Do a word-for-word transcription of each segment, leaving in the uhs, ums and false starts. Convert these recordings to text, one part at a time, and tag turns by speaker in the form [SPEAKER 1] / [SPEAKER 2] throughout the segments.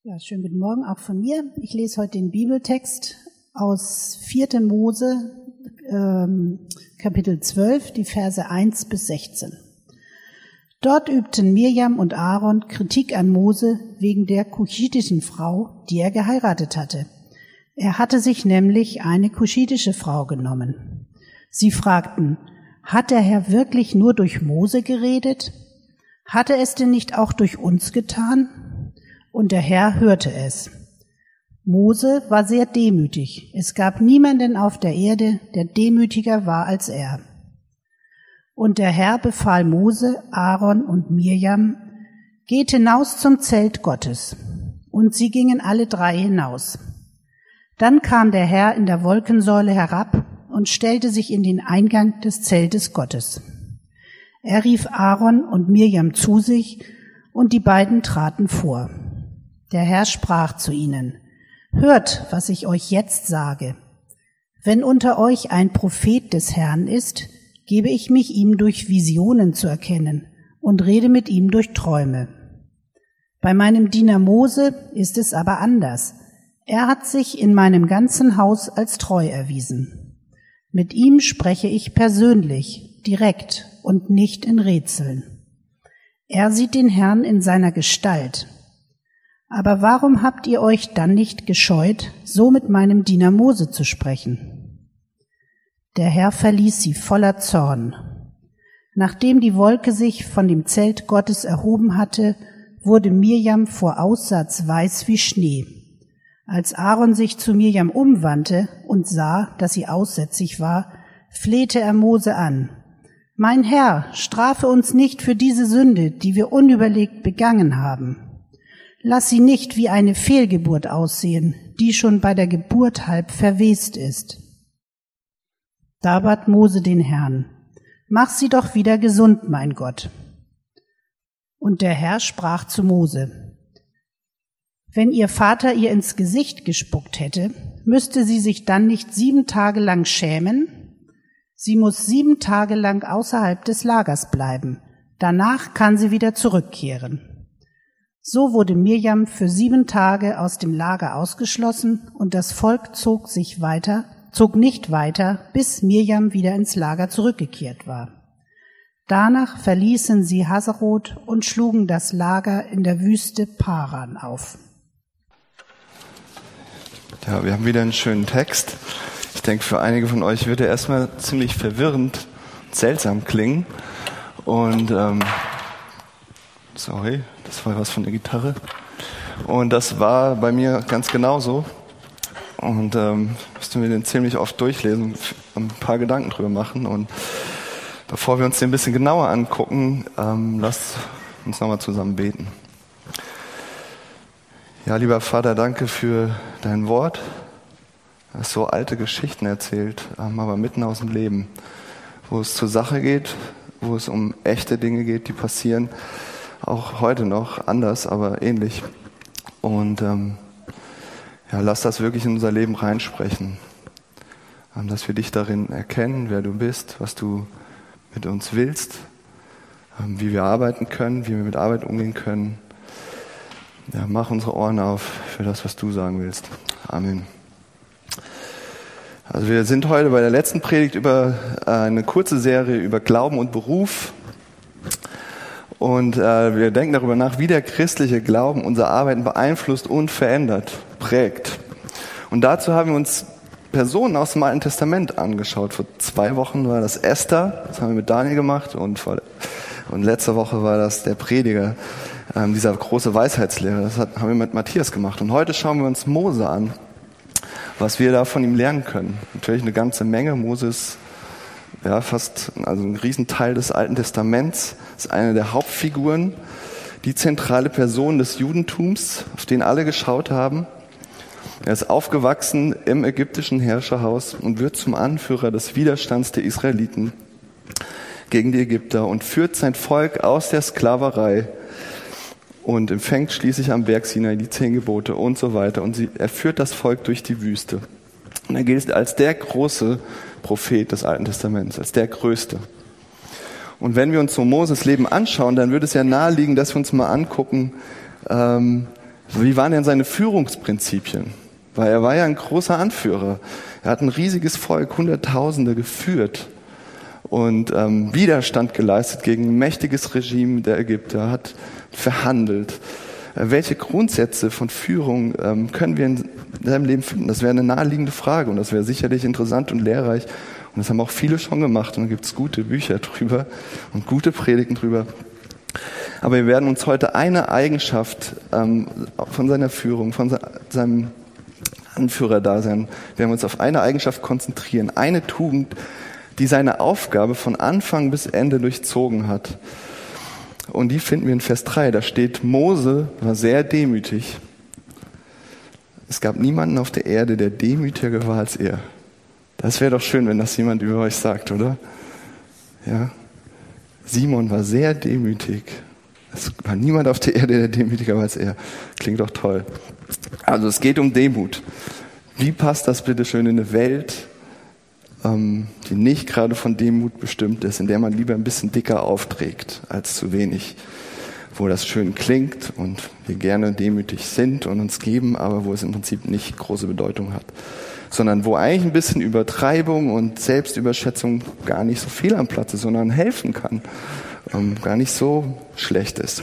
[SPEAKER 1] Ja, schönen guten Morgen auch von mir. Ich lese heute den Bibeltext aus vierter Mose, ähm, Kapitel zwölf, die Verse eins bis sechzehn. Dort übten Mirjam und Aaron Kritik an Mose wegen der kuschitischen Frau, die er geheiratet hatte. Er hatte sich nämlich eine kuschitische Frau genommen. Sie fragten: Hat der Herr wirklich nur durch Mose geredet? Hat er es denn nicht auch durch uns getan? Und der Herr hörte es. Mose war sehr demütig. Es gab niemanden auf der Erde, der demütiger war als er. Und der Herr befahl Mose, Aaron und Mirjam: Geht hinaus zum Zelt Gottes. Und sie gingen alle drei hinaus. Dann kam der Herr in der Wolkensäule herab und stellte sich in den Eingang des Zeltes Gottes. Er rief Aaron und Mirjam zu sich, und die beiden traten vor. Der Herr sprach zu ihnen: Hört, was ich euch jetzt sage. Wenn unter euch ein Prophet des Herrn ist, gebe ich mich ihm durch Visionen zu erkennen und rede mit ihm durch Träume. Bei meinem Diener Mose ist es aber anders. Er hat sich in meinem ganzen Haus als treu erwiesen. Mit ihm spreche ich persönlich, direkt und nicht in Rätseln. Er sieht den Herrn in seiner Gestalt. Aber warum habt ihr euch dann nicht gescheut, so mit meinem Diener Mose zu sprechen? Der Herr verließ sie voller Zorn. Nachdem die Wolke sich von dem Zelt Gottes erhoben hatte, wurde Mirjam vor Aussatz weiß wie Schnee. Als Aaron sich zu Mirjam umwandte und sah, dass sie aussätzig war, flehte er Mose an: Mein Herr, strafe uns nicht für diese Sünde, die wir unüberlegt begangen haben. Lass sie nicht wie eine Fehlgeburt aussehen, die schon bei der Geburt halb verwest ist. Da bat Mose den Herrn: Mach sie doch wieder gesund, mein Gott. Und der Herr sprach zu Mose: Wenn ihr Vater ihr ins Gesicht gespuckt hätte, müsste sie sich dann nicht sieben Tage lang schämen? Sie muss sieben Tage lang außerhalb des Lagers bleiben. Danach kann sie wieder zurückkehren. So wurde Mirjam für sieben Tage aus dem Lager ausgeschlossen, und das Volk zog sich weiter, zog nicht weiter, bis Mirjam wieder ins Lager zurückgekehrt war. Danach verließen sie Haserot und schlugen das Lager in der Wüste Paran auf.
[SPEAKER 2] Ja, wir haben wieder einen schönen Text. Ich denke, für einige von euch wird er erstmal ziemlich verwirrend, seltsam klingen. Und ähm, sorry, das war was von der Gitarre. Und das war bei mir ganz genauso. Und ähm, mussten wir den ziemlich oft durchlesen, ein paar Gedanken drüber machen. Und bevor wir uns den ein bisschen genauer angucken, ähm, lasst uns nochmal zusammen beten. Ja, lieber Vater, danke für dein Wort, das so alte Geschichten erzählt, aber mitten aus dem Leben, wo es zur Sache geht, wo es um echte Dinge geht, die passieren, auch heute noch, anders, aber ähnlich. Und ähm, ja, lass das wirklich in unser Leben reinsprechen, ähm, dass wir dich darin erkennen, wer du bist, was du mit uns willst, ähm, wie wir arbeiten können, wie wir mit Arbeit umgehen können. Ja, mach unsere Ohren auf für das, was du sagen willst. Amen. Also wir sind heute bei der letzten Predigt über äh, eine kurze Serie über Glauben und Beruf. Und äh, wir denken darüber nach, wie der christliche Glauben unser Arbeiten beeinflusst und verändert, prägt. Und dazu haben wir uns Personen aus dem Alten Testament angeschaut. Vor zwei Wochen war das Esther, das haben wir mit Daniel gemacht, und, vor, und letzte Woche war das der Prediger, ähm, dieser große Weisheitslehrer. Das hat, haben wir mit Matthias gemacht. Und heute schauen wir uns Mose an, was wir da von ihm lernen können. Natürlich eine ganze Menge. Mose ist ja, fast also ein Riesenteil des Alten Testaments, ist eine der Hauptfiguren, die zentrale Person des Judentums, auf den alle geschaut haben. Er ist aufgewachsen im ägyptischen Herrscherhaus und wird zum Anführer des Widerstands der Israeliten gegen die Ägypter und führt sein Volk aus der Sklaverei und empfängt schließlich am Berg Sinai die zehn Gebote und so weiter. Und sie, er führt das Volk durch die Wüste. Und er gilt als der große Prophet des Alten Testaments, als der Größte. Und wenn wir uns so Moses Leben anschauen, dann würde es ja naheliegen, dass wir uns mal angucken, ähm, Wie waren denn seine Führungsprinzipien? Weil er war ja ein großer Anführer. Er hat ein riesiges Volk, Hunderttausende geführt und ähm, Widerstand geleistet gegen ein mächtiges Regime der Ägypter, hat verhandelt. Äh, welche Grundsätze von Führung ähm, können wir in seinem Leben finden? Das wäre eine naheliegende Frage und das wäre sicherlich interessant und lehrreich. Und das haben auch viele schon gemacht und da gibt es gute Bücher drüber und gute Predigten drüber. Aber wir werden uns heute eine Eigenschaft ähm, von seiner Führung, von se- seinem Anführerdasein, werden wir uns auf eine Eigenschaft konzentrieren, eine Tugend, die seine Aufgabe von Anfang bis Ende durchzogen hat. Und die finden wir in Vers drei. Da steht, Mose war sehr demütig. Es gab niemanden auf der Erde, der demütiger war als er. Das wäre doch schön, wenn das jemand über euch sagt, oder? Ja. Simon war sehr demütig. Es war niemand auf der Erde, der demütiger war als er. Klingt doch toll. Also es geht um Demut. Wie passt das bitte schön in eine Welt, ähm, die nicht gerade von Demut bestimmt ist, in der man lieber ein bisschen dicker aufträgt als zu wenig, wo das schön klingt und wir gerne demütig sind und uns geben, aber wo es im Prinzip nicht große Bedeutung hat, sondern wo eigentlich ein bisschen Übertreibung und Selbstüberschätzung gar nicht so viel am Platz ist, sondern helfen kann, ähm, gar nicht so schlecht ist.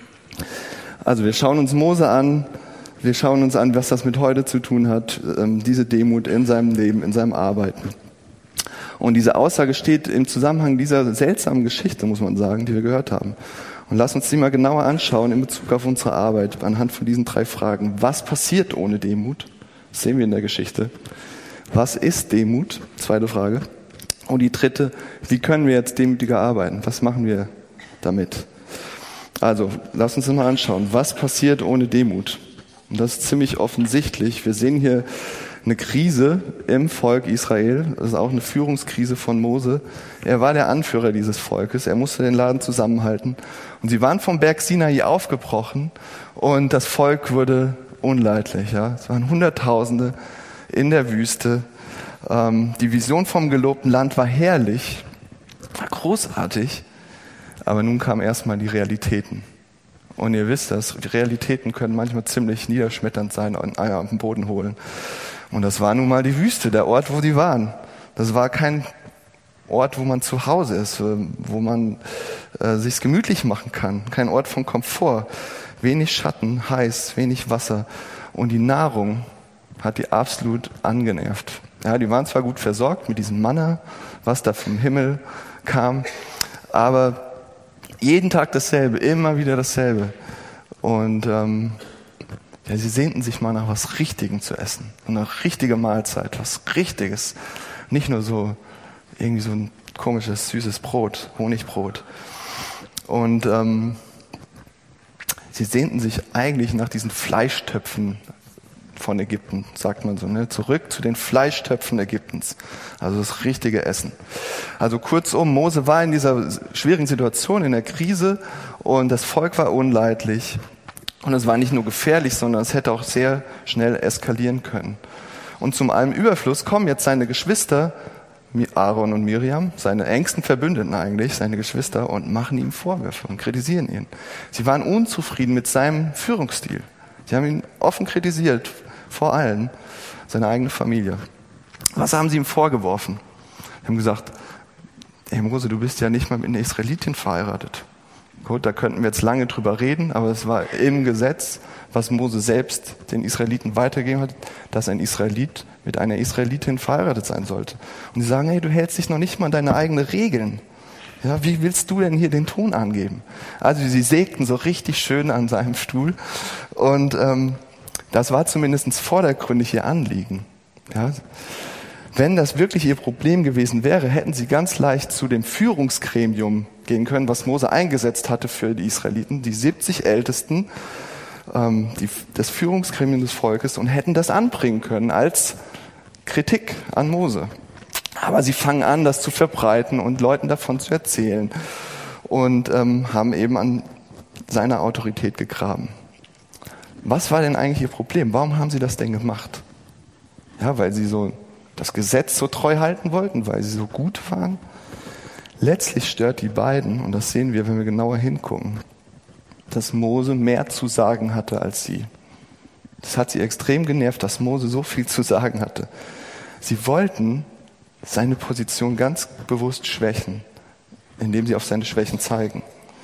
[SPEAKER 2] Also wir schauen uns Mose an, wir schauen uns an, was das mit heute zu tun hat, ähm, diese Demut in seinem Leben, in seinem Arbeiten. Und diese Aussage steht im Zusammenhang dieser seltsamen Geschichte, muss man sagen, die wir gehört haben. Und lass uns die mal genauer anschauen in Bezug auf unsere Arbeit, anhand von diesen drei Fragen. Was passiert ohne Demut? Das sehen wir in der Geschichte. Was ist Demut? Zweite Frage. Und die dritte, wie können wir jetzt demütiger arbeiten? Was machen wir damit? Also, lass uns das mal anschauen. Was passiert ohne Demut? Und das ist ziemlich offensichtlich. Wir sehen hier eine Krise im Volk Israel. Das ist auch eine Führungskrise von Mose. Er war der Anführer dieses Volkes. Er musste den Laden zusammenhalten. Und sie waren vom Berg Sinai aufgebrochen und das Volk wurde unleidlich. Ja. Es waren Hunderttausende in der Wüste. Ähm, die Vision vom gelobten Land war herrlich, war großartig. Aber nun kamen erstmal die Realitäten. Und ihr wisst das, die Realitäten können manchmal ziemlich niederschmetternd sein und Eier auf den Boden holen. Und das war nun mal die Wüste, der Ort, wo die waren. Das war kein Ort, wo man zu Hause ist, wo man äh, sich's gemütlich machen kann. Kein Ort von Komfort. Wenig Schatten, heiß, wenig Wasser. Und die Nahrung hat die absolut angenervt. Ja, die waren zwar gut versorgt mit diesem Manna, was da vom Himmel kam, aber jeden Tag dasselbe, immer wieder dasselbe. Und ähm, ja, sie sehnten sich mal nach was Richtigem zu essen. Eine richtige Mahlzeit, was Richtiges. Nicht nur so irgendwie so ein komisches, süßes Brot, Honigbrot. Und ähm, sie sehnten sich eigentlich nach diesen Fleischtöpfen von Ägypten, sagt man so, ne? Zurück zu den Fleischtöpfen Ägyptens. Also das richtige Essen. Also kurzum, Mose war in dieser schwierigen Situation, in der Krise, und das Volk war unleidlich. Und es war nicht nur gefährlich, sondern es hätte auch sehr schnell eskalieren können. Und zum allem Überfluss kommen jetzt seine Geschwister, Aaron und Miriam, seine engsten Verbündeten eigentlich, seine Geschwister, und machen ihm Vorwürfe und kritisieren ihn. Sie waren unzufrieden mit seinem Führungsstil. Sie haben ihn offen kritisiert, vor allen, seine eigene Familie. Was haben sie ihm vorgeworfen? Sie haben gesagt, hey Mose, du bist ja nicht mal mit einer Israelitin verheiratet. Gut, da könnten wir jetzt lange drüber reden, aber es war im Gesetz, was Mose selbst den Israeliten weitergegeben hat, dass ein Israelit mit einer Israelitin verheiratet sein sollte. Und sie sagen, hey, du hältst dich noch nicht mal an deine eigenen Regeln. Ja, wie willst du denn hier den Ton angeben? Also sie sägten so richtig schön an seinem Stuhl, und ähm, das war zumindest vordergründig ihr Anliegen. Ja. Wenn das wirklich ihr Problem gewesen wäre, hätten sie ganz leicht zu dem Führungsgremium gehen können, was Mose eingesetzt hatte für die Israeliten, die siebzig Ältesten, ähm, die, das Führungsgremium des Volkes, und hätten das anbringen können als Kritik an Mose. Aber sie fangen an, das zu verbreiten und Leuten davon zu erzählen, und ähm, haben eben an seiner Autorität gegraben. Was war denn eigentlich ihr Problem? Warum haben sie das denn gemacht? Ja, weil sie so das Gesetz so treu halten wollten, weil sie so gut waren? Letztlich stört die beiden, und das sehen wir, wenn wir genauer hingucken, dass Mose mehr zu sagen hatte als sie. es hat sie extrem genervt, dass Mose so viel zu sagen hatte. Sie wollten seine Position ganz bewusst schwächen, indem sie auf seine Schwächen zeigen.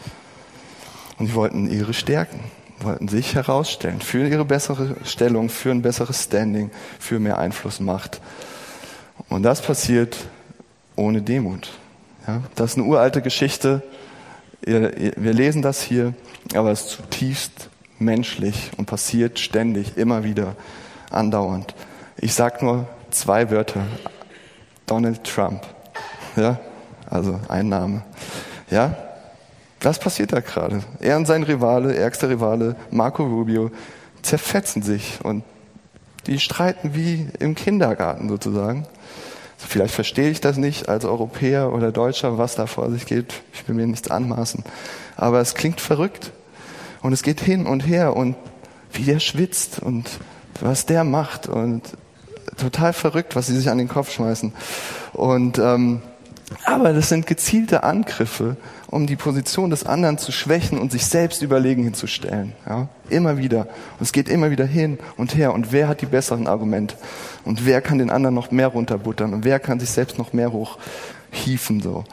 [SPEAKER 2] Und sie wollten ihre Stärken, wollten sich herausstellen für ihre bessere Stellung, für ein besseres Standing, für mehr Einfluss, Macht. Und das passiert ohne Demut. Ja, das ist eine uralte Geschichte. Wir lesen das hier, aber es ist zutiefst menschlich und passiert ständig, immer wieder, andauernd. Ich sage nur zwei Wörter. Donald Trump. Ja, also ein Name. Ja, was passiert da gerade? Er und sein Rivale, ärgster Rivale, Marco Rubio, zerfetzen sich und die streiten wie im Kindergarten sozusagen. Vielleicht verstehe ich das nicht als Europäer oder Deutscher, was da vor sich geht. Ich will mir nichts anmaßen. Aber es klingt verrückt. Und es geht hin und her und wie der schwitzt und was der macht und total verrückt, was sie sich an den Kopf schmeißen. Und ähm, aber das sind gezielte Angriffe, um die Position des anderen zu schwächen und sich selbst überlegen hinzustellen. Ja? Immer wieder. Und es geht immer wieder hin und her. Und wer hat die besseren Argumente? Und wer kann den anderen noch mehr runterbuttern? Und wer kann sich selbst noch mehr hochhieven? So.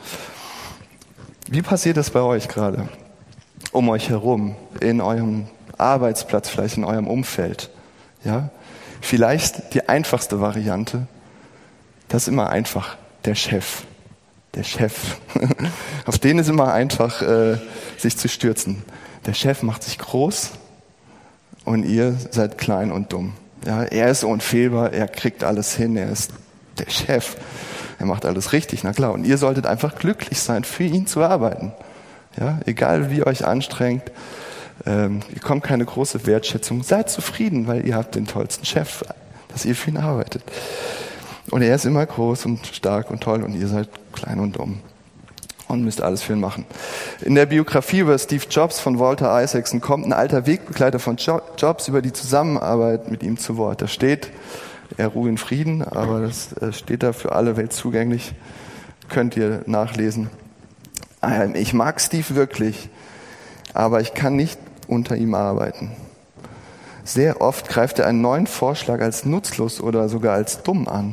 [SPEAKER 2] Wie passiert das bei euch gerade? Um euch herum, in eurem Arbeitsplatz, vielleicht in eurem Umfeld. Ja? Vielleicht die einfachste Variante, das ist immer einfach der Chef. Der Chef. Auf den ist immer einfach, äh, sich zu stürzen. Der Chef macht sich groß und ihr seid klein und dumm. Ja, er ist unfehlbar, er kriegt alles hin, er ist der Chef. Er macht alles richtig, na klar. Und ihr solltet einfach glücklich sein, für ihn zu arbeiten. Ja, egal wie ihr euch anstrengt, ähm, ihr bekommt keine große Wertschätzung. Seid zufrieden, weil ihr habt den tollsten Chef, dass ihr für ihn arbeitet. Und er ist immer groß und stark und toll und ihr seid klein und dumm und müsst alles für ihn machen. In der Biografie über Steve Jobs von Walter Isaacson kommt ein alter Wegbegleiter von Jobs über die Zusammenarbeit mit ihm zu Wort. Da steht, er ruhe in Frieden, aber das steht da für alle Welt zugänglich, könnt ihr nachlesen. Ich mag Steve wirklich, aber ich kann nicht unter ihm arbeiten. Sehr oft greift er einen neuen Vorschlag als nutzlos oder sogar als dumm an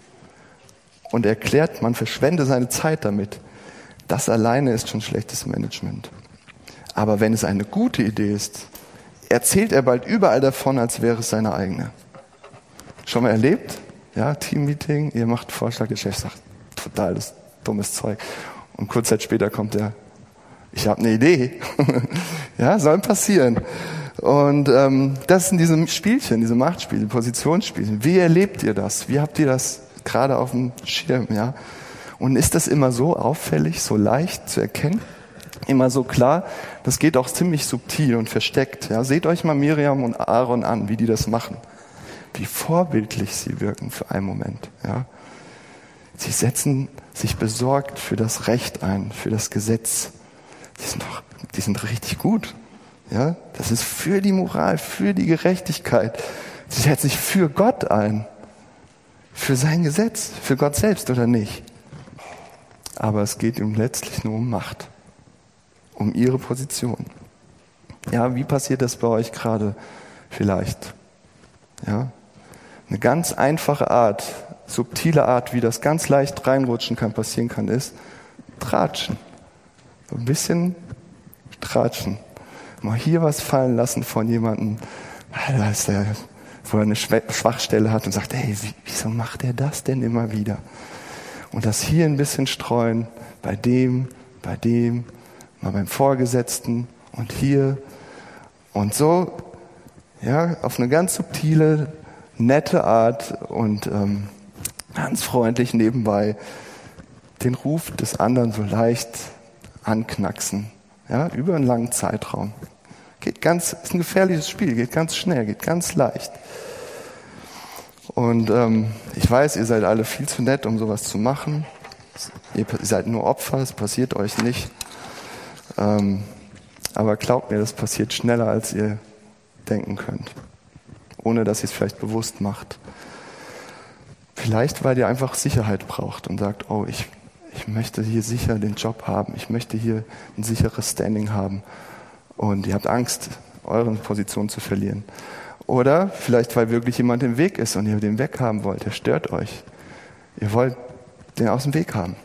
[SPEAKER 2] und erklärt, man verschwende seine Zeit damit. Das alleine ist schon schlechtes Management. Aber wenn es eine gute Idee ist, erzählt er bald überall davon, als wäre es seine eigene. Schon mal erlebt? Ja, Teammeeting, ihr macht einen Vorschlag, der Chef sagt, totales dummes Zeug. Und kurz Zeit später kommt er, ich habe eine Idee. Ja, soll passieren. Und ähm, das sind diese Spielchen, diese Machtspiele, Positionsspiele. Wie erlebt ihr das? Wie habt ihr das gerade auf dem Schirm? Ja? Und ist das immer so auffällig, so leicht zu erkennen? Immer so klar? Das geht auch ziemlich subtil und versteckt. Ja? Seht euch mal Miriam und Aaron an, wie die das machen. Wie vorbildlich sie wirken für einen Moment. Ja? Sie setzen sich besorgt für das Recht ein, für das Gesetz. Die sind doch, die sind richtig gut. Ja, das ist für die Moral, für die Gerechtigkeit. Sie setzen sich für Gott ein. Für sein Gesetz, für Gott selbst oder nicht. Aber es geht ihm letztlich nur um Macht. Um ihre Position. Ja, wie passiert das bei euch gerade vielleicht? Ja, eine ganz einfache Art, subtile Art, wie das ganz leicht reinrutschen kann, passieren kann, ist Tratschen. So ein bisschen Tratschen. Mal hier was fallen lassen von jemandem, der, wo er eine Schwachstelle hat und sagt, hey, wieso macht er das denn immer wieder? Und das hier ein bisschen streuen, bei dem, bei dem, mal beim Vorgesetzten und hier. Und so, ja, auf eine ganz subtile, nette Art und ähm, ganz freundlich nebenbei den Ruf des anderen so leicht anknacksen, ja, über einen langen Zeitraum. Geht ganz, ist ein gefährliches Spiel, geht ganz schnell, geht ganz leicht. Und ähm, ich weiß, ihr seid alle viel zu nett, um sowas zu machen. Ihr seid nur Opfer, es passiert euch nicht. Ähm, aber glaubt mir, das passiert schneller, als ihr denken könnt. Ohne, dass ihr es vielleicht bewusst macht. Vielleicht, weil ihr einfach Sicherheit braucht und sagt, oh, ich, ich möchte hier sicher den Job haben, ich möchte hier ein sicheres Standing haben. Und ihr habt Angst, eure Position zu verlieren. Oder vielleicht, weil wirklich jemand im Weg ist und ihr den weghaben wollt. Der stört euch. Ihr wollt den aus dem Weg haben.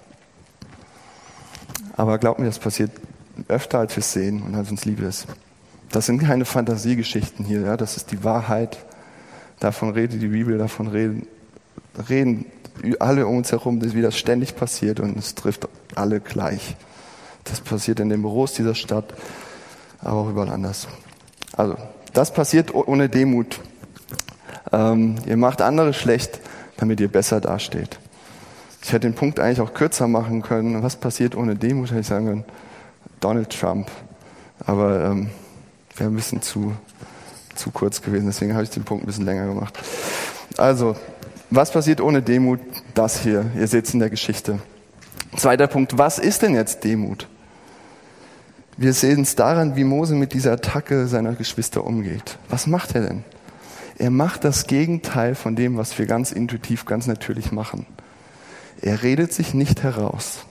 [SPEAKER 2] Aber glaubt mir, das passiert öfter, als wir es sehen und als uns lieb ist. Das sind keine Fantasiegeschichten hier. Ja? Das ist die Wahrheit. Davon redet die Bibel, davon reden, reden alle um uns herum, wie das ständig passiert und es trifft alle gleich. Das passiert in den Büros dieser Stadt, aber auch überall anders. Also, das passiert ohne Demut. Ähm, ihr macht andere schlecht, damit ihr besser dasteht. Ich hätte den Punkt eigentlich auch kürzer machen können. Was passiert ohne Demut? Hätte ich sagen können, Donald Trump. Aber ähm, wäre ein bisschen zu, zu kurz gewesen. Deswegen habe ich den Punkt ein bisschen länger gemacht. Also, was passiert ohne Demut? Das hier. Ihr seht es in der Geschichte. Zweiter Punkt. Was ist denn jetzt Demut? Wir sehen es daran, wie Mose mit dieser Attacke seiner Geschwister umgeht. Was macht er denn? Er macht das Gegenteil von dem, was wir ganz intuitiv, ganz natürlich machen. Er redet sich nicht heraus.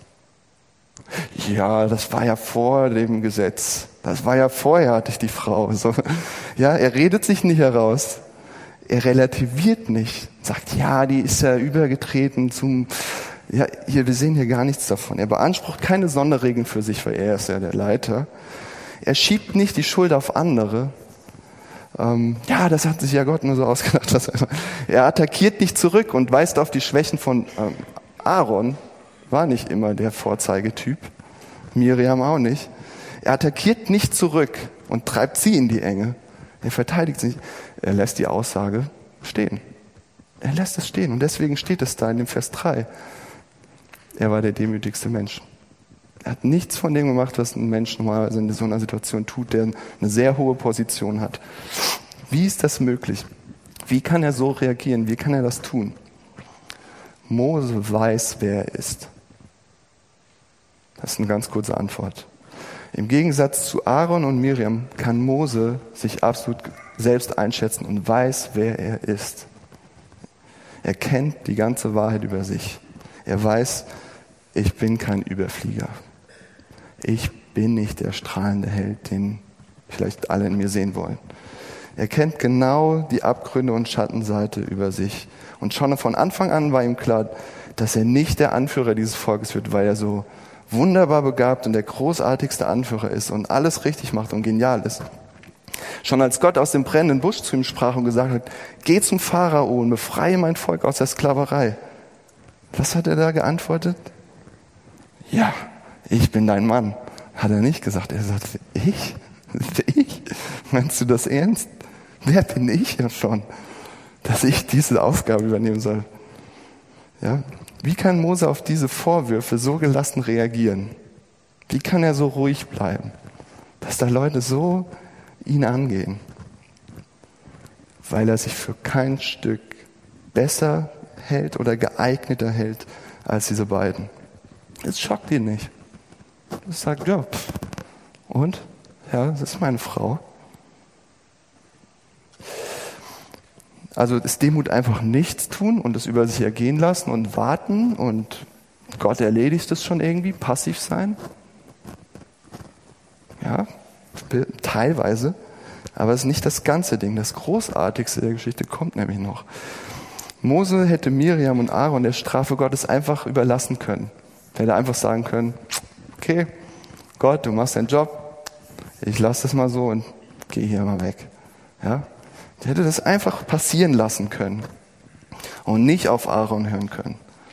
[SPEAKER 2] Ja, das war ja vor dem Gesetz. Das war ja vorher, hatte ich die Frau. So. Ja, er redet sich nicht heraus. Er relativiert nicht. Sagt, ja, die ist ja übergetreten zum, ja, hier, wir sehen hier gar nichts davon. Er beansprucht keine Sonderregeln für sich, weil er ist ja der Leiter. Er schiebt nicht die Schuld auf andere. Ähm, ja, das hat sich ja Gott nur so ausgedacht. Dass er, er attackiert nicht zurück und weist auf die Schwächen von ähm, Aaron. War nicht immer der Vorzeigetyp. Miriam auch nicht. Er attackiert nicht zurück und treibt sie in die Enge. Er verteidigt sich. Er lässt die Aussage stehen. Er lässt es stehen. Und deswegen steht es da in dem Vers drei. Er war der demütigste Mensch. Er hat nichts von dem gemacht, was ein Mensch normalerweise in so einer Situation tut, der eine sehr hohe Position hat. Wie ist das möglich? Wie kann er so reagieren? Wie kann er das tun? Mose weiß, wer er ist. Das ist eine ganz kurze Antwort. Im Gegensatz zu Aaron und Miriam kann Mose sich absolut selbst einschätzen und weiß, wer er ist. Er kennt die ganze Wahrheit über sich. Er weiß, ich bin kein Überflieger. Ich bin nicht der strahlende Held, den vielleicht alle in mir sehen wollen. Er kennt genau die Abgründe und Schattenseite über sich. Und schon von Anfang an war ihm klar, dass er nicht der Anführer dieses Volkes wird, weil er so wunderbar begabt und der großartigste Anführer ist und alles richtig macht und genial ist. Schon als Gott aus dem brennenden Busch zu ihm sprach und gesagt hat, geh zum Pharao und befreie mein Volk aus der Sklaverei. Was hat er da geantwortet? Ja, ich bin dein Mann. Hat er nicht gesagt. Er sagt, ich? Ich? Meinst du das ernst? Wer bin ich ja schon, dass ich diese Aufgabe übernehmen soll? Ja? Wie kann Mose auf diese Vorwürfe so gelassen reagieren? Wie kann er so ruhig bleiben? Dass da Leute so ihn angehen. Weil er sich für kein Stück besser hält oder geeigneter hält als diese beiden. Es schockt ihn nicht. Er sagt, ja, pff. Und? Ja, das ist meine Frau. Also ist Demut einfach nichts tun und es über sich ergehen lassen und warten und Gott erledigt es schon irgendwie, passiv sein? Ja, teilweise. Aber es ist nicht das ganze Ding. Das Großartigste der Geschichte kommt nämlich noch. Mose hätte Miriam und Aaron der Strafe Gottes einfach überlassen können. Er hätte einfach sagen können, okay, Gott, du machst deinen Job, ich lasse das mal so und gehe hier mal weg. Ja? Er hätte das einfach passieren lassen können und nicht auf Aaron hören können.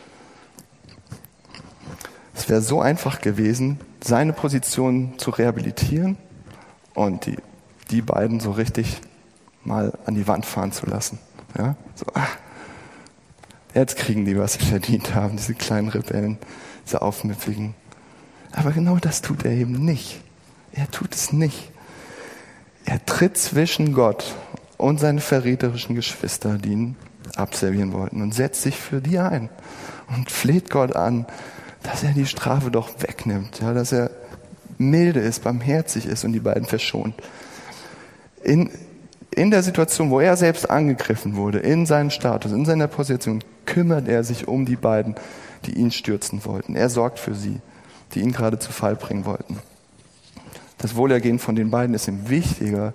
[SPEAKER 2] Es wäre so einfach gewesen, seine Position zu rehabilitieren und die, die beiden so richtig mal an die Wand fahren zu lassen. Ja? So, ach, jetzt kriegen die, was sie verdient haben, diese kleinen Rebellen, diese Aufmüpfigen. Aber genau das tut er eben nicht. Er tut es nicht. Er tritt zwischen Gott und seine verräterischen Geschwister, die ihn abservieren wollten, und setzt sich für die ein und fleht Gott an, dass er die Strafe doch wegnimmt, ja, dass er milde ist, barmherzig ist und die beiden verschont. In, in der Situation, wo er selbst angegriffen wurde, in seinem Status, in seiner Position, kümmert er sich um die beiden, die ihn stürzen wollten. Er sorgt für sie, die ihn gerade zu Fall bringen wollten. Das Wohlergehen von den beiden ist ihm wichtiger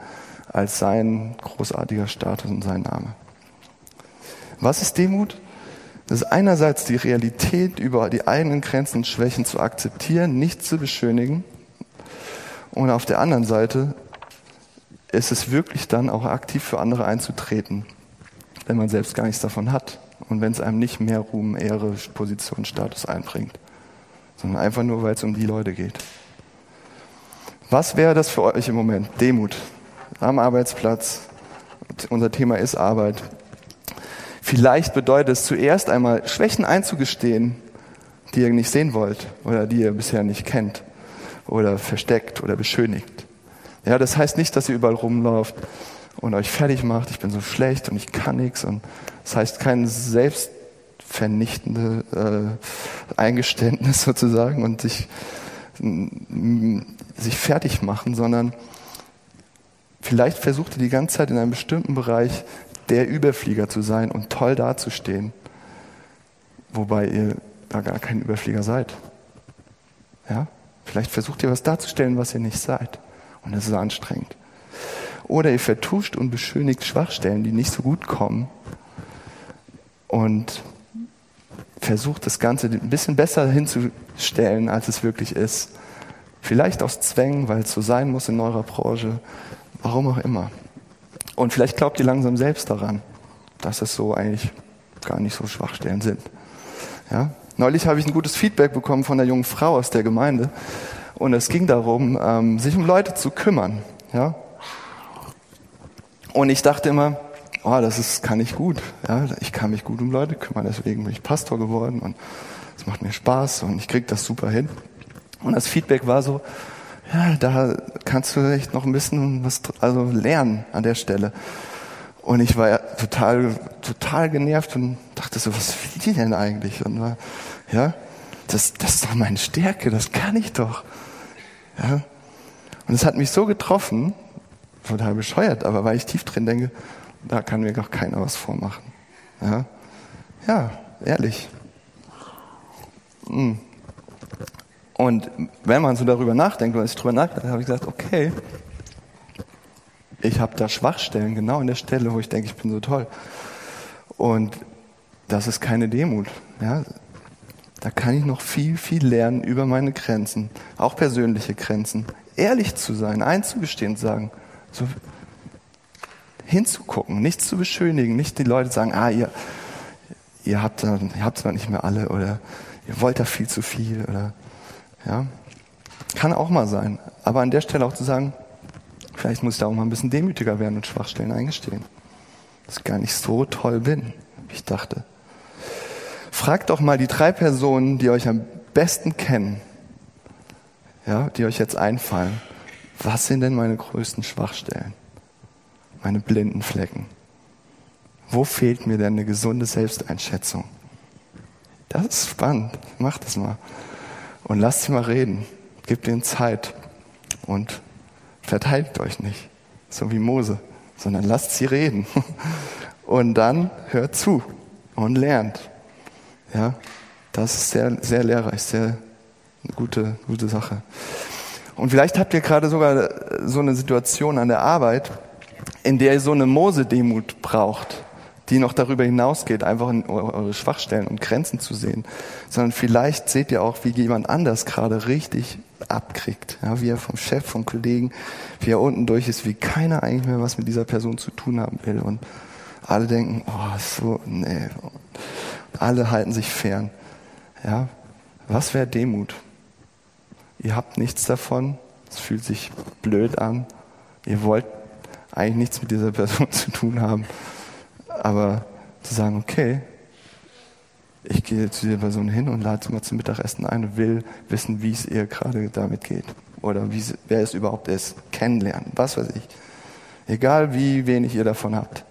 [SPEAKER 2] als sein großartiger Status und sein Name. Was ist Demut? Das ist einerseits die Realität über die eigenen Grenzen und Schwächen zu akzeptieren, nicht zu beschönigen. Und auf der anderen Seite ist es wirklich dann auch aktiv für andere einzutreten, wenn man selbst gar nichts davon hat und wenn es einem nicht mehr Ruhm, Ehre, Position, Status einbringt, sondern einfach nur, weil es um die Leute geht. Was wäre das für euch im Moment? Demut am Arbeitsplatz. Unser Thema ist Arbeit. Vielleicht bedeutet es zuerst einmal, Schwächen einzugestehen, die ihr nicht sehen wollt oder die ihr bisher nicht kennt oder versteckt oder beschönigt. Ja, das heißt nicht, dass ihr überall rumlauft und euch fertig macht, ich bin so schlecht und ich kann nichts. Und das heißt kein selbstvernichtende äh, Eingeständnis sozusagen und sich, m, sich fertig machen, sondern vielleicht versucht ihr die ganze Zeit in einem bestimmten Bereich der Überflieger zu sein und toll dazustehen, wobei ihr da gar kein Überflieger seid. Ja? Vielleicht versucht ihr was darzustellen, was ihr nicht seid. Und das ist anstrengend. Oder ihr vertuscht und beschönigt Schwachstellen, die nicht so gut kommen und versucht das Ganze ein bisschen besser hinzustellen, als es wirklich ist. Vielleicht aus Zwängen, weil es so sein muss in eurer Branche, warum auch immer. Und vielleicht glaubt ihr langsam selbst daran, dass es so eigentlich gar nicht so Schwachstellen sind. Ja? Neulich habe ich ein gutes Feedback bekommen von einer jungen Frau aus der Gemeinde. Und es ging darum, ähm, sich um Leute zu kümmern. Ja? Und ich dachte immer, oh, das ist, kann ich gut. Ja? Ich kann mich gut um Leute kümmern. Deswegen bin ich Pastor geworden und es macht mir Spaß und ich kriege das super hin. Und das Feedback war so, ja, da kannst du echt noch ein bisschen was also lernen an der Stelle. Und ich war ja total, total genervt und dachte so, was will die denn eigentlich? Und war, ja, das, das ist doch meine Stärke, das kann ich doch. Ja. Und es hat mich so getroffen, total bescheuert, aber weil ich tief drin denke, da kann mir doch keiner was vormachen. Ja, ja, ehrlich. Mhm. Und wenn man so darüber nachdenkt, oder ich darüber nachdenke, habe ich gesagt, okay, ich habe da Schwachstellen, genau an der Stelle, wo ich denke, ich bin so toll. Und das ist keine Demut. Ja? Da kann ich noch viel, viel lernen über meine Grenzen, auch persönliche Grenzen. Ehrlich zu sein, einzugestehen, zu sagen, so hinzugucken, nichts zu beschönigen, nicht die Leute sagen, ah, ihr, ihr habt da, ihr habt zwar nicht mehr alle oder ihr wollt da viel zu viel oder ja, kann auch mal sein. Aber an der Stelle auch zu sagen, vielleicht muss ich da auch mal ein bisschen demütiger werden und Schwachstellen eingestehen. Dass ich gar nicht so toll bin, wie ich dachte. Fragt doch mal die drei Personen, die euch am besten kennen, ja, die euch jetzt einfallen. Was sind denn meine größten Schwachstellen? Meine blinden Flecken? Wo fehlt mir denn eine gesunde Selbsteinschätzung? Das ist spannend. Macht das mal. Und lasst sie mal reden. Gebt ihnen Zeit. Und verteidigt euch nicht, so wie Mose, sondern lasst sie reden. Und dann hört zu und lernt. Ja, das ist sehr, sehr lehrreich, sehr eine gute, gute Sache. Und vielleicht habt ihr gerade sogar so eine Situation an der Arbeit, in der ihr so eine Mose-Demut braucht, die noch darüber hinausgeht, einfach in eure Schwachstellen und Grenzen zu sehen, sondern vielleicht seht ihr auch, wie jemand anders gerade richtig abkriegt, ja, wie er vom Chef, vom Kollegen, wie er unten durch ist, wie keiner eigentlich mehr was mit dieser Person zu tun haben will und alle denken, oh, so, nee, alle halten sich fern. Ja, was wäre Demut? Ihr habt nichts davon, es fühlt sich blöd an, ihr wollt eigentlich nichts mit dieser Person zu tun haben. Aber zu sagen, okay, ich gehe zu dieser Person hin und lade sie mal zum Mittagessen ein und will wissen, wie es ihr gerade damit geht. Oder wie, wer es überhaupt ist. Kennenlernen, was weiß ich. Egal wie wenig ihr davon habt.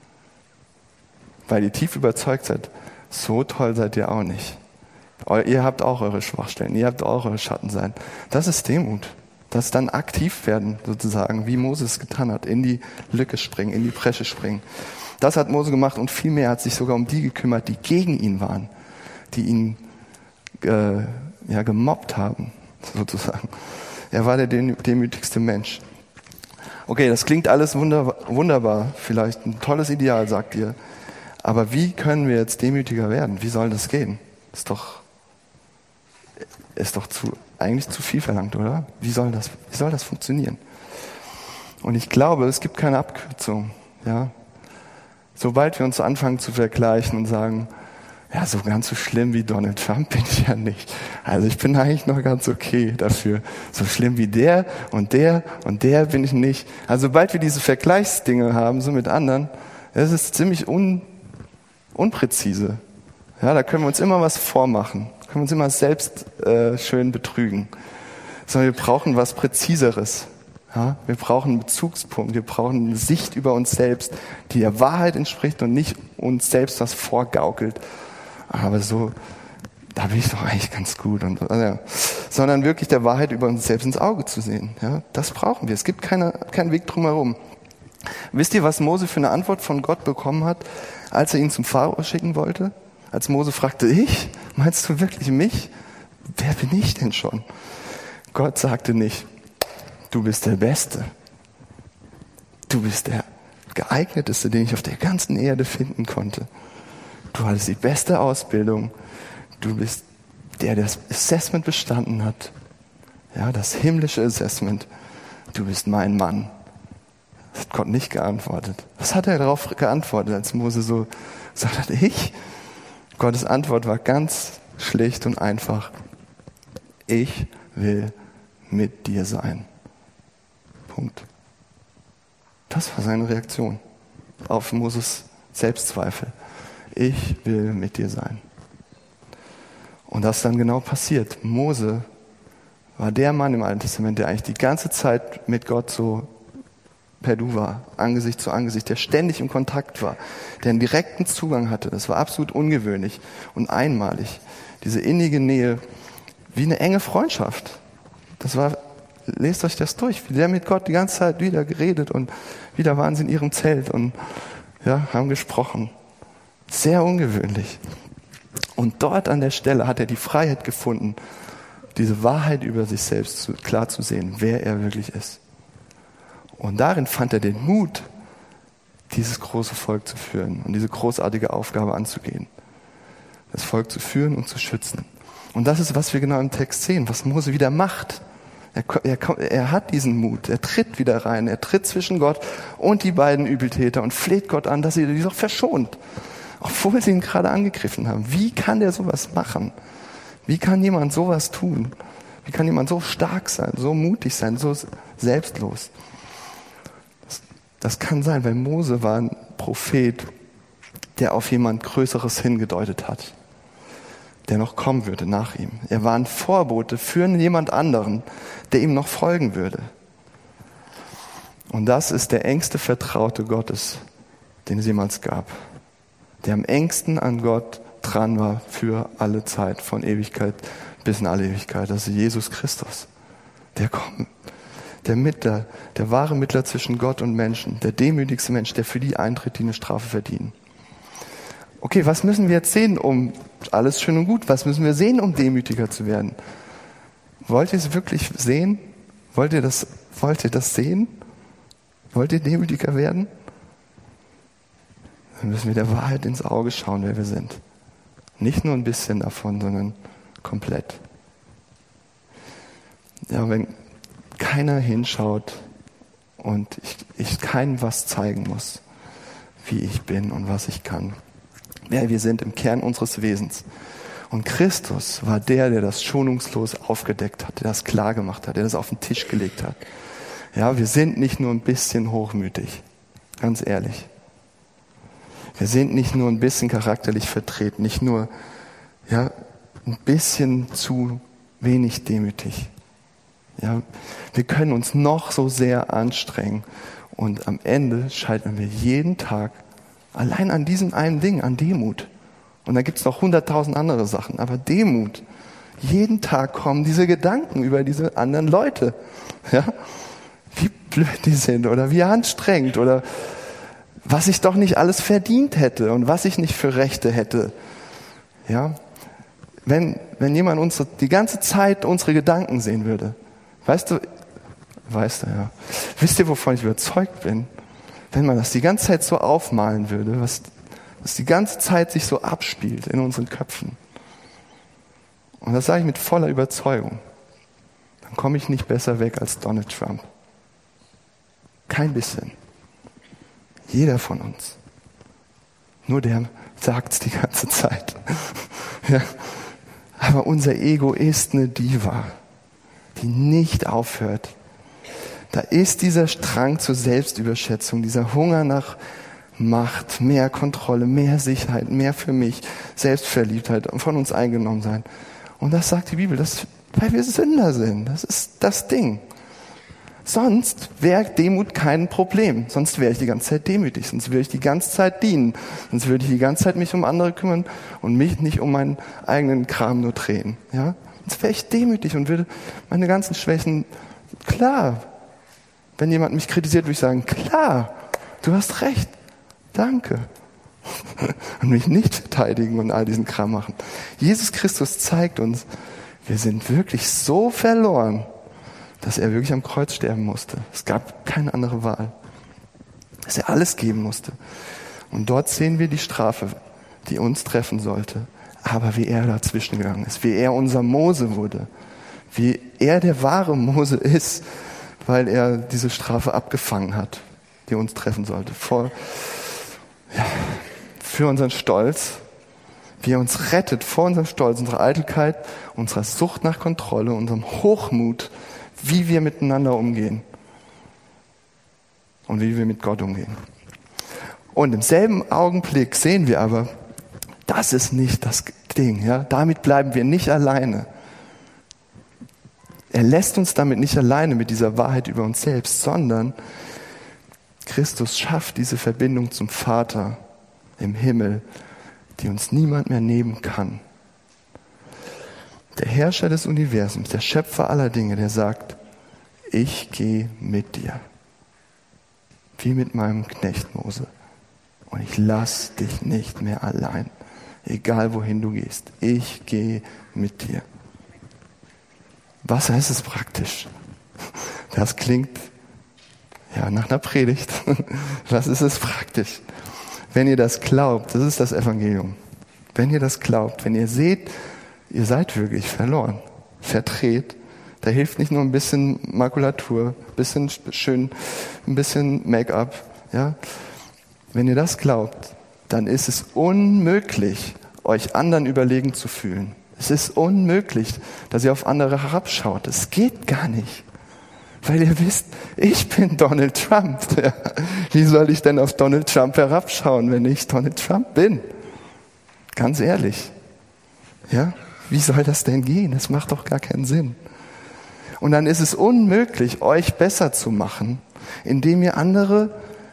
[SPEAKER 2] Weil ihr tief überzeugt seid, so toll seid ihr auch nicht. Ihr habt auch eure Schwachstellen, ihr habt auch eure Schattenseiten. Das ist Demut. Das ist dann aktiv werden, sozusagen, wie Mose es getan hat. In die Lücke springen, in die Bresche springen. Das hat Mose gemacht und viel mehr, hat sich sogar um die gekümmert, die gegen ihn waren, die ihn äh, ja, gemobbt haben, sozusagen. Er war der demütigste Mensch. Okay, das klingt alles wunder, wunderbar, vielleicht ein tolles Ideal, sagt ihr. Aber wie können wir jetzt demütiger werden? Wie soll das gehen? Ist doch, ist doch zu, eigentlich zu viel verlangt, oder? Wie soll das, wie soll das funktionieren? Und ich glaube, es gibt keine Abkürzung, ja. Sobald wir uns anfangen zu vergleichen und sagen, ja, so ganz so schlimm wie Donald Trump bin ich ja nicht. Also ich bin eigentlich noch ganz okay dafür. So schlimm wie der und der und der bin ich nicht. Also sobald wir diese Vergleichsdinge haben, so mit anderen, das ist ziemlich un, unpräzise. Ja, da können wir uns immer was vormachen. Können wir uns immer selbst äh, schön betrügen. Sondern wir brauchen was Präziseres. Ja, wir brauchen einen Bezugspunkt, wir brauchen eine Sicht über uns selbst, die der Wahrheit entspricht und nicht uns selbst was vorgaukelt. Aber so, da bin ich doch eigentlich ganz gut. Und, also, sondern wirklich der Wahrheit über uns selbst ins Auge zu sehen. Ja, das brauchen wir. Es gibt keine, keinen Weg drumherum. Wisst ihr, was Mose für eine Antwort von Gott bekommen hat, als er ihn zum Pharao schicken wollte? Als Mose fragte, ich? Meinst du wirklich mich? Wer bin ich denn schon? Gott sagte nicht, du bist der Beste. Du bist der geeigneteste, den ich auf der ganzen Erde finden konnte. Du hattest die beste Ausbildung. Du bist der, der das Assessment bestanden hat. Ja, das himmlische Assessment. Du bist mein Mann. Das hat Gott nicht geantwortet. Was hat er darauf geantwortet, als Mose so gesagt hat, ich? Gottes Antwort war ganz schlicht und einfach. Ich will mit dir sein. Punkt. Das war seine Reaktion auf Moses Selbstzweifel. Ich will mit dir sein. Und das ist dann genau passiert. Mose war der Mann im Alten Testament, der eigentlich die ganze Zeit mit Gott so per Du war, Angesicht zu Angesicht, der ständig im Kontakt war, der einen direkten Zugang hatte. Das war absolut ungewöhnlich und einmalig. Diese innige Nähe, wie eine enge Freundschaft. Das war, lest euch das durch, wie der mit Gott die ganze Zeit wieder geredet und wieder waren sie in ihrem Zelt und ja, haben gesprochen. Sehr ungewöhnlich. Und dort an der Stelle hat er die Freiheit gefunden, diese Wahrheit über sich selbst zu, klar zu sehen, wer er wirklich ist. Und darin fand er den Mut, dieses große Volk zu führen und diese großartige Aufgabe anzugehen. Das Volk zu führen und zu schützen. Und das ist, was wir genau im Text sehen, was Mose wieder macht. Er, er, er hat diesen Mut, er tritt wieder rein, er tritt zwischen Gott und die beiden Übeltäter und fleht Gott an, dass er die doch verschont. Obwohl sie ihn gerade angegriffen haben. Wie kann der sowas machen? Wie kann jemand sowas tun? Wie kann jemand so stark sein, so mutig sein, so selbstlos? Das, das kann sein, weil Mose war ein Prophet, der auf jemand Größeres hingedeutet hat, der noch kommen würde nach ihm. Er war ein Vorbote für jemand anderen, der ihm noch folgen würde. Und das ist der engste Vertraute Gottes, den es jemals gab. Der am engsten an Gott dran war für alle Zeit, von Ewigkeit bis in alle Ewigkeit. Das ist Jesus Christus. Der kommt, der Mittler, der wahre Mittler zwischen Gott und Menschen, der demütigste Mensch, der für die eintritt, die eine Strafe verdienen. Okay, was müssen wir jetzt sehen, um, alles schön und gut, was müssen wir sehen, um demütiger zu werden? Wollt ihr es wirklich sehen? Wollt ihr das, wollt ihr das sehen? Wollt ihr demütiger werden? Dann müssen wir der Wahrheit ins Auge schauen, wer wir sind. Nicht nur ein bisschen davon, sondern komplett. Ja, wenn keiner hinschaut und ich, ich keinem was zeigen muss, wie ich bin und was ich kann. Wer wir sind im Kern unseres Wesens. Und Christus war der, der das schonungslos aufgedeckt hat, der das klar gemacht hat, der das auf den Tisch gelegt hat. Ja, wir sind nicht nur ein bisschen hochmütig, ganz ehrlich. Wir sind nicht nur ein bisschen charakterlich vertreten, nicht nur ja, ein bisschen zu wenig demütig. Ja, wir können uns noch so sehr anstrengen und am Ende scheitern wir jeden Tag allein an diesem einen Ding, an Demut. Und da gibt es noch hunderttausend andere Sachen, aber Demut. Jeden Tag kommen diese Gedanken über diese anderen Leute. Ja, wie blöd die sind oder wie anstrengend oder was ich doch nicht alles verdient hätte und was ich nicht für Rechte hätte. Ja, wenn, wenn jemand uns die ganze Zeit unsere Gedanken sehen würde. Weißt du, Weißt du, ja. Wisst ihr, wovon ich überzeugt bin? Wenn man das die ganze Zeit so aufmalen würde, was, was die ganze Zeit sich so abspielt in unseren Köpfen. Und das sage ich mit voller Überzeugung. Dann komme ich nicht besser weg als Donald Trump. Kein bisschen. Jeder von uns. Nur der sagt es die ganze Zeit. Ja. Aber unser Ego ist eine Diva, die nicht aufhört. Da ist dieser Drang zur Selbstüberschätzung, dieser Hunger nach Macht, mehr Kontrolle, mehr Sicherheit, mehr für mich, Selbstverliebtheit und von uns eingenommen sein. Und das sagt die Bibel, dass, weil wir Sünder sind. Das ist das Ding. Sonst wäre Demut kein Problem. Sonst wäre ich die ganze Zeit demütig. Sonst würde ich die ganze Zeit dienen. Sonst würde ich die ganze Zeit mich um andere kümmern und mich nicht um meinen eigenen Kram nur drehen. Ja? Sonst wäre ich demütig und würde meine ganzen Schwächen, klar, wenn jemand mich kritisiert, würde ich sagen, klar, du hast recht, danke. Und mich nicht verteidigen und all diesen Kram machen. Jesus Christus zeigt uns, wir sind wirklich so verloren, dass er wirklich am Kreuz sterben musste. Es gab keine andere Wahl. Dass er alles geben musste. Und dort sehen wir die Strafe, die uns treffen sollte. Aber wie er dazwischen gegangen ist, wie er unser Mose wurde, wie er der wahre Mose ist, weil er diese Strafe abgefangen hat, die uns treffen sollte. Vor, ja, für unseren Stolz, wie er uns rettet vor unserem Stolz, unserer Eitelkeit, unserer Sucht nach Kontrolle, unserem Hochmut, wie wir miteinander umgehen und wie wir mit Gott umgehen. Und im selben Augenblick sehen wir aber, das ist nicht das Ding. Ja? Damit bleiben wir nicht alleine. Er lässt uns damit nicht alleine mit dieser Wahrheit über uns selbst, sondern Christus schafft diese Verbindung zum Vater im Himmel, die uns niemand mehr nehmen kann. Der Herrscher des Universums, der Schöpfer aller Dinge, der sagt, ich gehe mit dir. Wie mit meinem Knecht Mose. Und ich lass dich nicht mehr allein. Egal wohin du gehst. Ich gehe mit dir. Was heißt es praktisch? Das klingt ja nach einer Predigt. Was ist es praktisch? Wenn ihr das glaubt, das ist das Evangelium. Wenn ihr das glaubt, wenn ihr seht, ihr seid wirklich verloren, verdreht, da hilft nicht nur ein bisschen Makulatur, ein bisschen schön, ein bisschen Make-up, ja. Wenn ihr das glaubt, dann ist es unmöglich, euch anderen überlegen zu fühlen. Es ist unmöglich, dass ihr auf andere herabschaut. Es geht gar nicht. Weil ihr wisst, ich bin Donald Trump. Ja. Wie soll ich denn auf Donald Trump herabschauen, wenn ich Donald Trump bin? Ganz ehrlich. Ja? Wie soll das denn gehen? Das macht doch gar keinen Sinn. Und dann ist es unmöglich, euch besser zu machen, indem ihr andere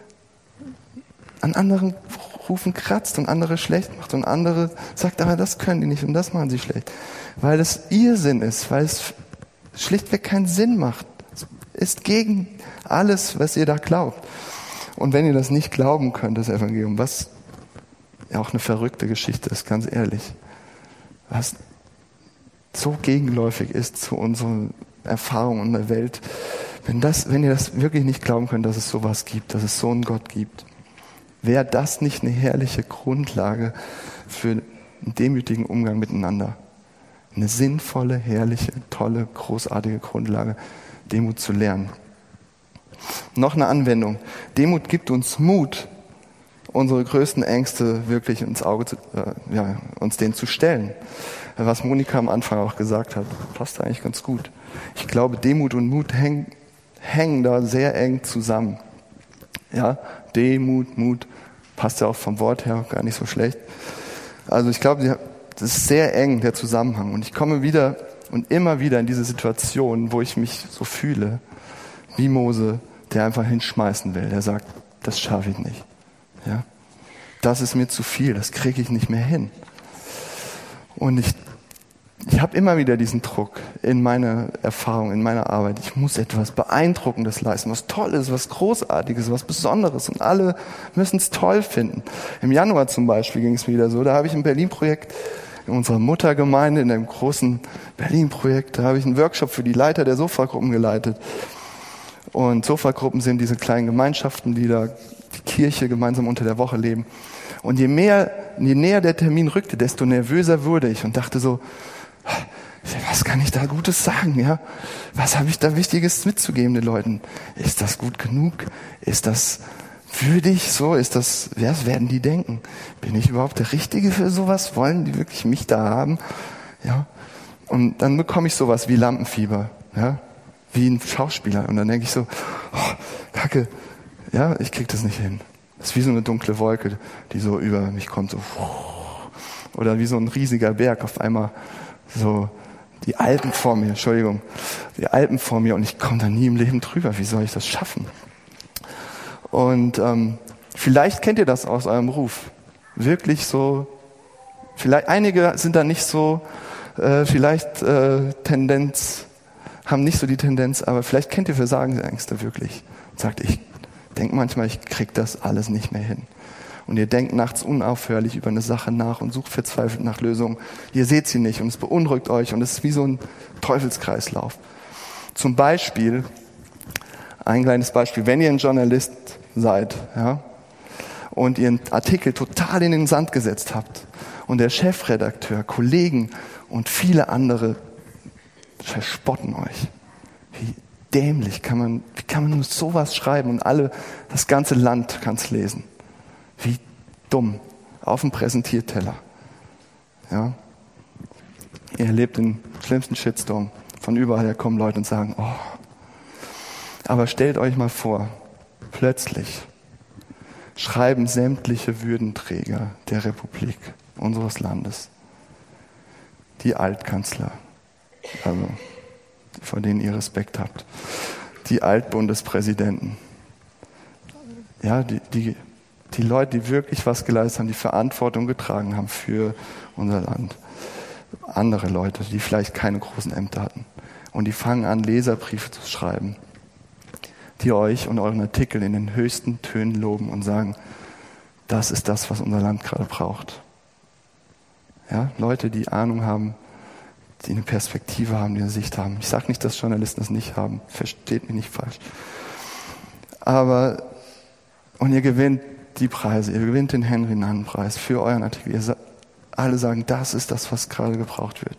[SPEAKER 2] an anderen Rufen kratzt und andere schlecht macht und andere sagt, aber das können die nicht und das machen sie schlecht. Weil es Irrsinn ist, weil es schlichtweg keinen Sinn macht. Es ist gegen alles, was ihr da glaubt. Und wenn ihr das nicht glauben könnt, das Evangelium, was ja auch eine verrückte Geschichte ist, ganz ehrlich, was so gegenläufig ist zu unseren Erfahrungen in der Welt, wenn das, wenn ihr das wirklich nicht glauben könnt, dass es sowas gibt, dass es so einen Gott gibt, wäre das nicht eine herrliche Grundlage für einen demütigen Umgang miteinander? Eine sinnvolle, herrliche, tolle, großartige Grundlage, Demut zu lernen. Noch eine Anwendung. Demut gibt uns Mut, unsere größten Ängste wirklich ins Auge zu, äh, ja, uns denen zu stellen. Was Monika am Anfang auch gesagt hat, passt eigentlich ganz gut. Ich glaube, Demut und Mut hängen, hängen da sehr eng zusammen. Ja, Demut, Mut, passt ja auch vom Wort her gar nicht so schlecht. Also ich glaube, das ist sehr eng, der Zusammenhang. Und ich komme wieder und immer wieder in diese Situation, wo ich mich so fühle, wie Mose, der einfach hinschmeißen will. Der sagt, das schaffe ich nicht. Ja, das ist mir zu viel, das kriege ich nicht mehr hin. Und ich, ich habe immer wieder diesen Druck in meiner Erfahrung, in meiner Arbeit. Ich muss etwas Beeindruckendes leisten, was Tolles, was Großartiges, was Besonderes. Und alle müssen es toll finden. Im Januar zum Beispiel ging es mir wieder so, da habe ich ein Berlin-Projekt in unserer Muttergemeinde, in einem großen Berlin-Projekt, da habe ich einen Workshop für die Leiter der Sofa-Gruppen geleitet. Und Sofagruppen sind diese kleinen Gemeinschaften, die da die Kirche gemeinsam unter der Woche leben. Und je mehr, je näher der Termin rückte, desto nervöser wurde ich und dachte so, was kann ich da Gutes sagen, ja? Was habe ich da Wichtiges mitzugeben den Leuten? Ist das gut genug? Ist das würdig? So, ist das, was werden die denken? Bin ich überhaupt der Richtige für sowas? Wollen die wirklich mich da haben? Ja. Und dann bekomme ich sowas wie Lampenfieber, ja? Wie ein Schauspieler. Und dann denke ich so, oh, Kacke, ja, ich krieg das nicht hin. Das ist wie so eine dunkle Wolke, die so über mich kommt, so, oder wie so ein riesiger Berg auf einmal so, die Alpen vor mir, Entschuldigung, die Alpen vor mir und ich komme da nie im Leben drüber. Wie soll ich das schaffen? Und ähm, vielleicht kennt ihr das aus eurem Ruf. Wirklich so, vielleicht einige sind da nicht so, äh, vielleicht äh, Tendenz, haben nicht so die Tendenz, aber vielleicht kennt ihr Versagensängste wirklich. Und sagt, ich denke manchmal, ich krieg das alles nicht mehr hin. Und ihr denkt nachts unaufhörlich über eine Sache nach und sucht verzweifelt nach Lösungen. Ihr seht sie nicht und es beunruhigt euch und es ist wie so ein Teufelskreislauf. Zum Beispiel, ein kleines Beispiel, wenn ihr ein Journalist seid, ja, und ihr einen Artikel total in den Sand gesetzt habt und der Chefredakteur, Kollegen und viele andere verspotten euch. Wie dämlich kann man, wie kann man nur sowas schreiben und alle, das ganze Land kann es lesen. Wie dumm. Auf dem Präsentierteller. Ja. Ihr erlebt den schlimmsten Shitstorm. Von überall her kommen Leute und sagen, oh. Aber stellt euch mal vor, plötzlich schreiben sämtliche Würdenträger der Republik, unseres Landes, die Altkanzler, also vor denen ihr Respekt habt, die Altbundespräsidenten, ja, die, die Die Leute, die wirklich was geleistet haben, die Verantwortung getragen haben für unser Land. Andere Leute, die vielleicht keine großen Ämter hatten. Und die fangen an, Leserbriefe zu schreiben, die euch und euren Artikel in den höchsten Tönen loben und sagen, das ist das, was unser Land gerade braucht. Ja, Leute, die Ahnung haben, die eine Perspektive haben, die eine Sicht haben. Ich sage nicht, dass Journalisten das nicht haben. Versteht mich nicht falsch. Aber, und ihr gewinnt die Preise, ihr gewinnt den Henry-Nannen-Preis für euren Artikel. Ihr sa- alle sagen, das ist das, was gerade gebraucht wird.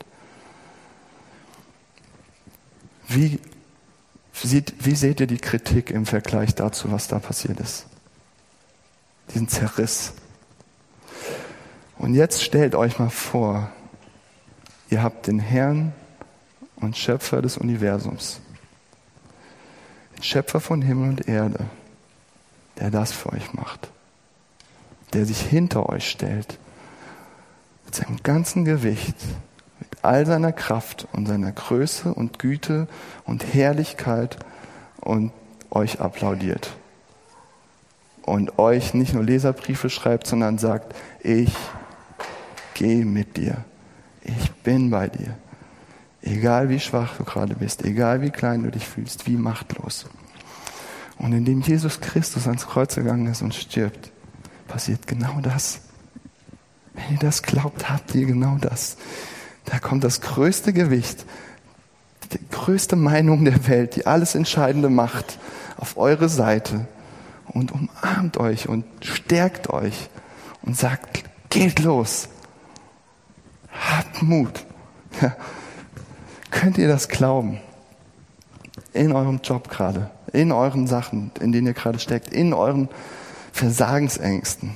[SPEAKER 2] Wie, sieht, wie seht ihr die Kritik im Vergleich dazu, was da passiert ist? Diesen Zerriss. Und jetzt stellt euch mal vor, ihr habt den Herrn und Schöpfer des Universums, den Schöpfer von Himmel und Erde, der das für euch macht, der sich hinter euch stellt, mit seinem ganzen Gewicht, mit all seiner Kraft und seiner Größe und Güte und Herrlichkeit und euch applaudiert. Und euch nicht nur Leserbriefe schreibt, sondern sagt, ich gehe mit dir. Ich bin bei dir. Egal wie schwach du gerade bist, egal wie klein du dich fühlst, wie machtlos. Und indem Jesus Christus ans Kreuz gegangen ist und stirbt, passiert genau das. Wenn ihr das glaubt, habt ihr genau das. Da kommt das größte Gewicht, die größte Meinung der Welt, die alles entscheidende Macht auf eure Seite und umarmt euch und stärkt euch und sagt, geht los. Habt Mut. Ja. Könnt ihr das glauben? In eurem Job gerade, in euren Sachen, in denen ihr gerade steckt, in euren Versagensängsten.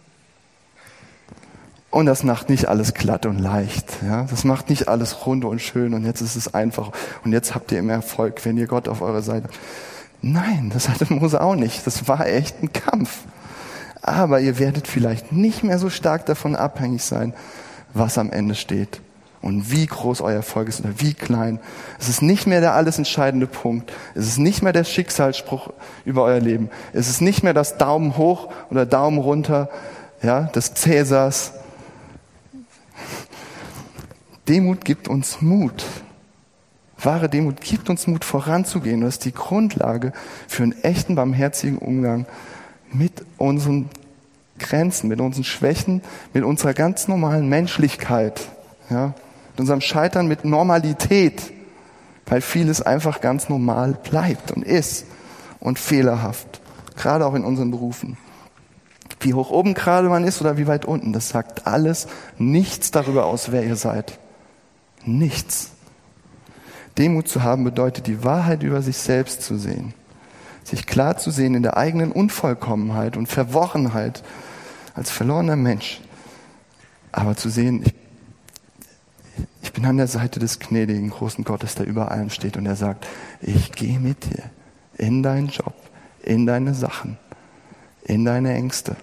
[SPEAKER 2] Und das macht nicht alles glatt und leicht. Ja? Das macht nicht alles rund und schön und jetzt ist es einfach und jetzt habt ihr immer Erfolg, wenn ihr Gott auf eurer Seite habt. Nein, das hatte Mose auch nicht. Das war echt ein Kampf. Aber ihr werdet vielleicht nicht mehr so stark davon abhängig sein, was am Ende steht und wie groß euer Erfolg ist oder wie klein. Es ist nicht mehr der alles entscheidende Punkt. Es ist nicht mehr der Schicksalsspruch über euer Leben. Es ist nicht mehr das Daumen hoch oder Daumen runter, ja, des Cäsars. Demut gibt uns Mut. Wahre Demut gibt uns Mut, voranzugehen. Das ist die Grundlage für einen echten, barmherzigen Umgang mit unseren Grenzen, mit unseren Schwächen, mit unserer ganz normalen Menschlichkeit, ja, mit unserem Scheitern, mit Normalität, weil vieles einfach ganz normal bleibt und ist. und fehlerhaft, gerade auch in unseren Berufen. Wie hoch oben gerade man ist oder wie weit unten, das sagt alles nichts darüber aus, wer ihr seid. Nichts. Demut zu haben bedeutet, die Wahrheit über sich selbst zu sehen. Sich klar zu sehen in der eigenen Unvollkommenheit und Verworrenheit als verlorener Mensch. Aber zu sehen, ich, ich bin an der Seite des gnädigen, großen Gottes, der über allem steht und er sagt, ich gehe mit dir in deinen Job, in deine Sachen, in deine Ängste.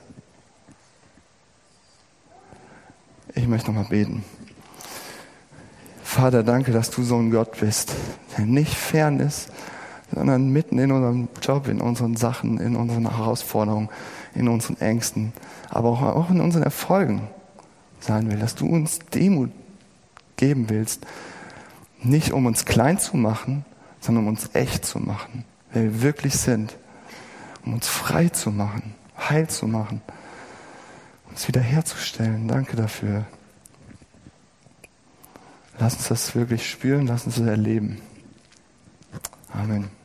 [SPEAKER 2] Ich möchte nochmal beten. Vater, danke, dass du so ein Gott bist, der nicht fern ist, sondern mitten in unserem Job, in unseren Sachen, in unseren Herausforderungen, in unseren Ängsten, aber auch in unseren Erfolgen sein will, dass du uns Demut geben willst, nicht um uns klein zu machen, sondern um uns echt zu machen, wer wir wirklich sind, um uns frei zu machen, heil zu machen, uns wiederherzustellen. Danke dafür. Lass uns das wirklich spüren, lass uns das erleben. Amen.